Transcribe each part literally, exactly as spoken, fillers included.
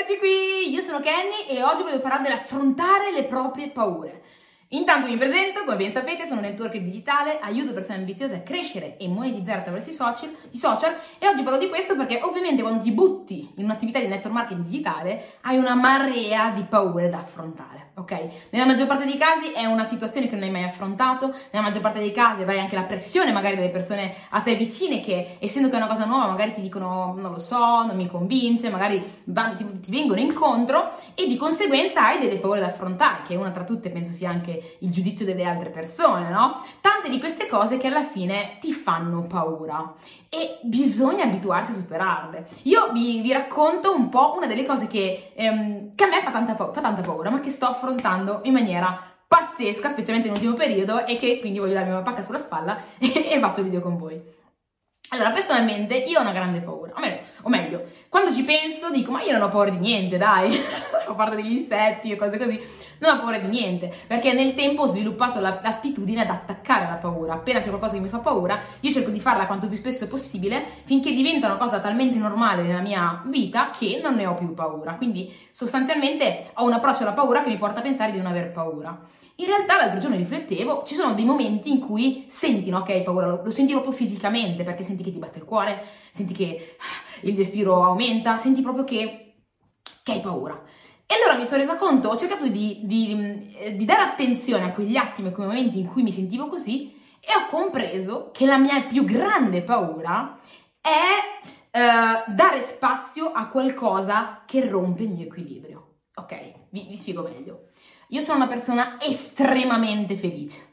Eccoci qui, io sono Kenny e oggi voglio parlare dell'affrontare le proprie paure. Intanto mi presento, come ben sapete sono un networker digitale, aiuto persone ambiziose a crescere e monetizzare attraverso i social, i social e oggi parlo di questo perché ovviamente quando ti butti in un'attività di network marketing digitale hai una marea di paure da affrontare, ok? Nella maggior parte dei casi è una situazione che non hai mai affrontato, nella maggior parte dei casi avrai anche la pressione magari delle persone a te vicine che essendo che è una cosa nuova magari ti dicono non lo so, non mi convince, magari ti, ti vengono incontro e di conseguenza hai delle paure da affrontare, che una tra tutte penso sia anche il giudizio delle altre persone, no? Tante di queste cose che alla fine ti fanno paura e bisogna abituarsi a superarle. Io vi, vi racconto un po' una delle cose che, ehm, che a me fa tanta, pa- fa tanta paura, ma che sto affrontando in maniera pazzesca, specialmente nell'ultimo periodo, e che quindi voglio darmi una pacca sulla spalla e, e faccio il video con voi. Allora, personalmente io ho una grande paura, o meglio, o meglio, quando ci penso dico ma io non ho paura di niente, dai, a parte degli insetti e cose così, non ho paura di niente, perché nel tempo ho sviluppato la- l'attitudine ad attaccare la paura. Appena c'è qualcosa che mi fa paura, io cerco di farla quanto più spesso possibile, finché diventa una cosa talmente normale nella mia vita che non ne ho più paura. Quindi sostanzialmente ho un approccio alla paura che mi porta a pensare di non aver paura. In realtà l'altro giorno riflettevo, ci sono dei momenti in cui senti, no, che hai paura, lo, lo senti proprio fisicamente, perché senti che ti batte il cuore, senti che il respiro aumenta, senti proprio che, che hai paura. E allora mi sono resa conto, ho cercato di, di, di dare attenzione a quegli attimi, a quei momenti in cui mi sentivo così e ho compreso che la mia più grande paura è eh, dare spazio a qualcosa che rompe il mio equilibrio. Ok, vi, vi spiego meglio. Io sono una persona estremamente felice,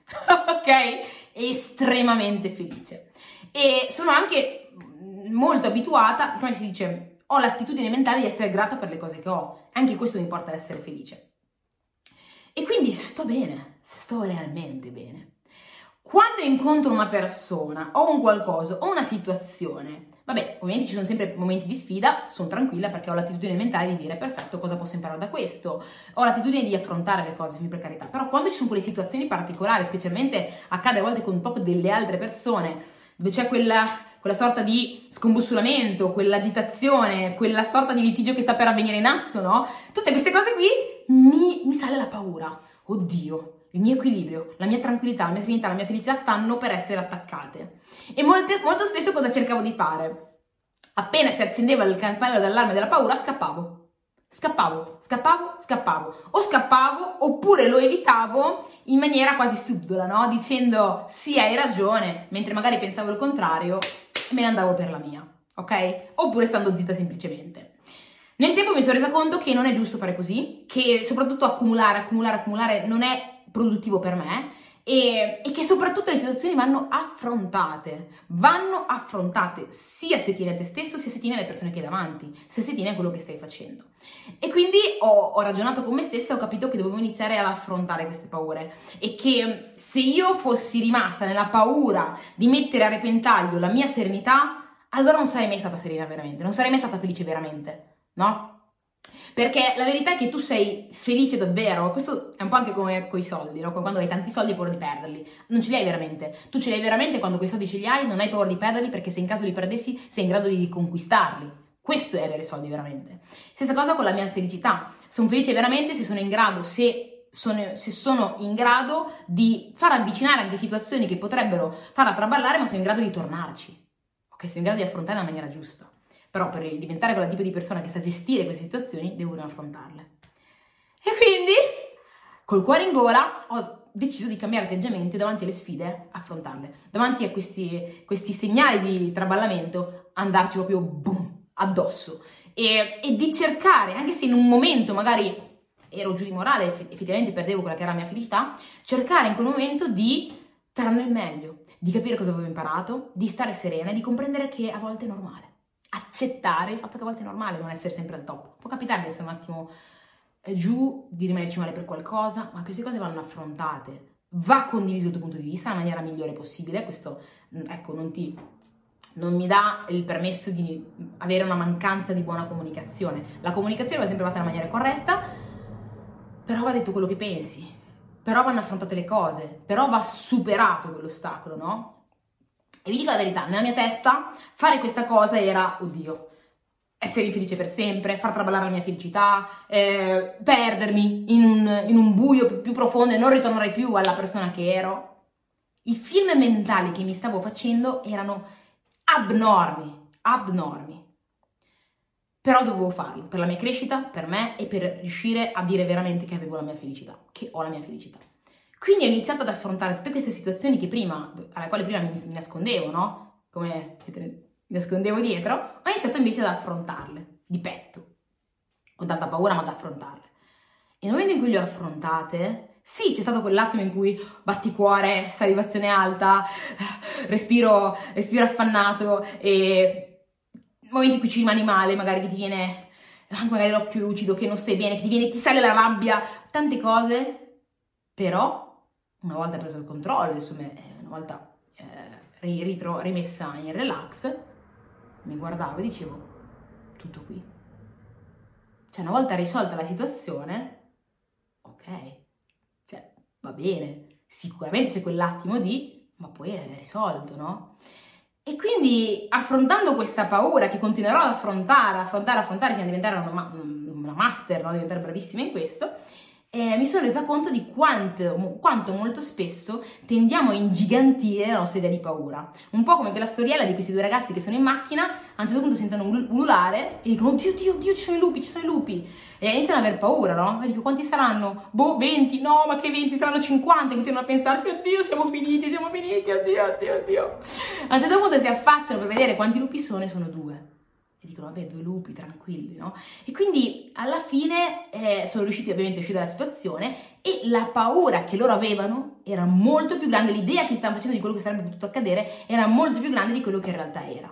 ok? Estremamente felice. E sono anche molto abituata, come si dice, ho l'attitudine mentale di essere grata per le cose che ho. Anche questo mi porta ad essere felice. E quindi sto bene, sto realmente bene. Quando incontro una persona, o un qualcosa, o una situazione, vabbè, ovviamente ci sono sempre momenti di sfida, sono tranquilla perché ho l'attitudine mentale di dire perfetto, cosa posso imparare da questo? Ho l'attitudine di affrontare le cose, per carità, però quando ci sono quelle situazioni particolari, specialmente accade a volte con proprio delle altre persone, dove c'è quella, quella sorta di scombussolamento, quell'agitazione, quella sorta di litigio che sta per avvenire in atto, no? Tutte queste cose qui mi, mi sale la paura. Oddio, il mio equilibrio, la mia tranquillità, la mia serenità, la mia felicità stanno per essere attaccate. E molte, molto spesso cosa cercavo di fare? Appena si accendeva il campanello d'allarme della paura, scappavo. Scappavo, scappavo, scappavo. O scappavo, oppure lo evitavo in maniera quasi subdola, no? Dicendo sì, hai ragione, mentre magari pensavo il contrario e me ne andavo per la mia, ok? Oppure stando zitta semplicemente. Nel tempo mi sono resa conto che non è giusto fare così, che soprattutto accumulare, accumulare, accumulare non è produttivo per me e, e che soprattutto le situazioni vanno affrontate, vanno affrontate sia se tieni a te stesso, sia se tieni alle persone che hai davanti, sia se tieni a quello che stai facendo. E quindi ho, ho ragionato con me stessa e ho capito che dovevo iniziare ad affrontare queste paure e che se io fossi rimasta nella paura di mettere a repentaglio la mia serenità, allora non sarei mai stata serena veramente, non sarei mai stata felice veramente. No? Perché la verità è che tu sei felice davvero, questo è un po' anche come con i soldi, no? Quando hai tanti soldi hai paura di perderli, non ce li hai veramente, tu ce li hai veramente quando quei soldi ce li hai, non hai paura di perderli perché se in caso li perdessi sei in grado di riconquistarli, questo è avere soldi veramente. Stessa cosa con la mia felicità, sono felice veramente se sono in grado, se sono, se sono in grado di far avvicinare anche situazioni che potrebbero farla traballare, ma sono in grado di tornarci, ok? Sono in grado di affrontare in maniera giusta. Però per diventare quel tipo di persona che sa gestire queste situazioni, devo affrontarle. E quindi, col cuore in gola, ho deciso di cambiare atteggiamento davanti alle sfide, affrontarle. Davanti a questi, questi segnali di traballamento, andarci proprio boom, addosso. E, e di cercare, anche se in un momento magari ero giù di morale, effettivamente perdevo quella che era la mia felicità, cercare in quel momento di trarne il meglio, di capire cosa avevo imparato, di stare serena e di comprendere che a volte è normale. Accettare il fatto che a volte è normale non essere sempre al top. Può capitare di essere un attimo giù, di rimanerci male per qualcosa, ma queste cose vanno affrontate. Va condiviso il tuo punto di vista nella maniera migliore possibile. Questo, ecco, non ti, non mi dà il permesso di avere una mancanza di buona comunicazione. La comunicazione va sempre fatta nella maniera corretta, però va detto quello che pensi, però vanno affrontate le cose, però va superato quell'ostacolo, no? E vi dico la verità, nella mia testa fare questa cosa era, oddio, essere infelice per sempre, far traballare la mia felicità, eh, perdermi in un, in un buio più, più profondo e non ritornare più alla persona che ero. I film mentali che mi stavo facendo erano abnormi, abnormi. Però dovevo farlo per la mia crescita, per me e per riuscire a dire veramente che avevo la mia felicità, che ho la mia felicità. Quindi ho iniziato ad affrontare tutte queste situazioni che prima, alle quali prima mi, mi nascondevo, no? Come mi nascondevo dietro, ho iniziato invece ad affrontarle, di petto, con tanta paura, ma ad affrontarle. E nel momento in cui le ho affrontate, sì, c'è stato quell'attimo in cui batticuore, salivazione alta, respiro, respiro affannato e momenti in cui ci rimani male, magari che ti viene anche magari l'occhio lucido, che non stai bene, che ti viene, ti sale la rabbia, tante cose, però una volta preso il controllo, insomma, una volta eh, ritro, rimessa in relax, mi guardavo e dicevo, tutto qui. Cioè, una volta risolta la situazione, ok, cioè, va bene, sicuramente c'è quell'attimo di, ma poi è risolto, no? E quindi, affrontando questa paura, che continuerò ad affrontare, affrontare, affrontare, fino a diventare una, una master, no? Diventare bravissima in questo, eh, mi sono resa conto di quanto, quanto molto spesso tendiamo a ingigantire la nostra idea di paura. Un po' come quella storiella di questi due ragazzi che sono in macchina, a un certo punto sentono ululare e dicono, Dio, Dio, Dio, ci sono i lupi, ci sono i lupi. E iniziano ad aver paura, no? E dico, quanti saranno? Boh, venti, no, ma che venti, saranno cinquanta, e continuano a pensarci, oddio, siamo finiti, siamo finiti, oddio, oddio, oddio. A un certo punto si affacciano per vedere quanti lupi sono e sono due. E dicono, vabbè, due lupi, tranquilli, no? E quindi, alla fine, eh, sono riusciti ovviamente a uscire dalla situazione e la paura che loro avevano era molto più grande, l'idea che stavano facendo di quello che sarebbe potuto accadere era molto più grande di quello che in realtà era.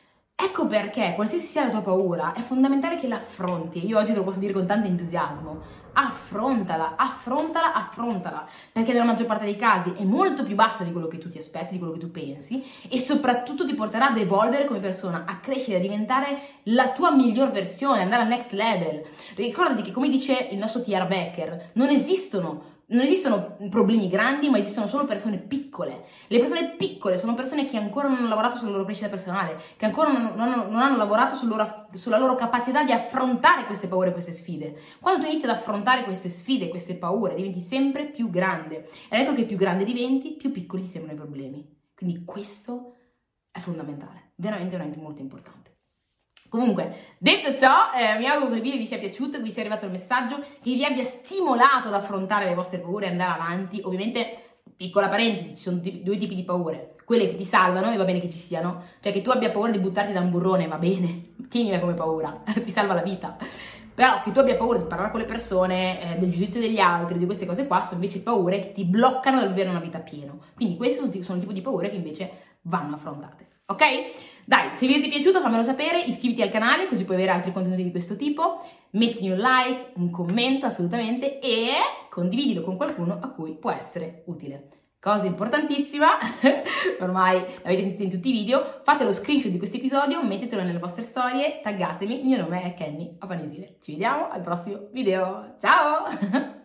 Ecco perché, qualsiasi sia la tua paura, è fondamentale che la affronti. Io oggi te lo posso dire con tanto entusiasmo. Affrontala, affrontala, affrontala. Perché nella maggior parte dei casi è molto più bassa di quello che tu ti aspetti, di quello che tu pensi, e soprattutto ti porterà ad evolvere come persona, a crescere, a diventare la tua miglior versione, andare al next level. Ricordati che, come dice il nostro T R Becker, non esistono Non esistono problemi grandi, ma esistono solo persone piccole. Le persone piccole sono persone che ancora non hanno lavorato sulla loro crescita personale, che ancora non, non, non hanno lavorato sul loro, sulla loro capacità di affrontare queste paure, queste sfide. Quando tu inizi ad affrontare queste sfide, queste paure, diventi sempre più grande. E ecco che più grande diventi, più piccoli ti sembrano i problemi. Quindi questo è fondamentale, veramente, veramente molto importante. Comunque, detto ciò, eh, mi auguro che il video vi sia piaciuto, che vi sia arrivato il messaggio, che vi abbia stimolato ad affrontare le vostre paure e andare avanti. Ovviamente, piccola parentesi, ci sono t- due tipi di paure. Quelle che ti salvano, e va bene che ci siano, cioè che tu abbia paura di buttarti da un burrone, va bene, tienila come paura, ti salva la vita. Però che tu abbia paura di parlare con le persone, eh, del giudizio degli altri, di queste cose qua, sono invece paure che ti bloccano dal vivere una vita piena. Quindi queste sono, sono il tipo di paure che invece vanno affrontate. Ok? Dai, se il video ti è piaciuto fammelo sapere, iscriviti al canale così puoi avere altri contenuti di questo tipo, mettimi un like, un commento assolutamente e condividilo con qualcuno a cui può essere utile. Cosa importantissima, ormai l'avete sentito in tutti i video, fate lo screenshot di questo episodio, mettetelo nelle vostre storie, taggatemi, il mio nome è Kenny Apanisile. Ci vediamo al prossimo video, ciao!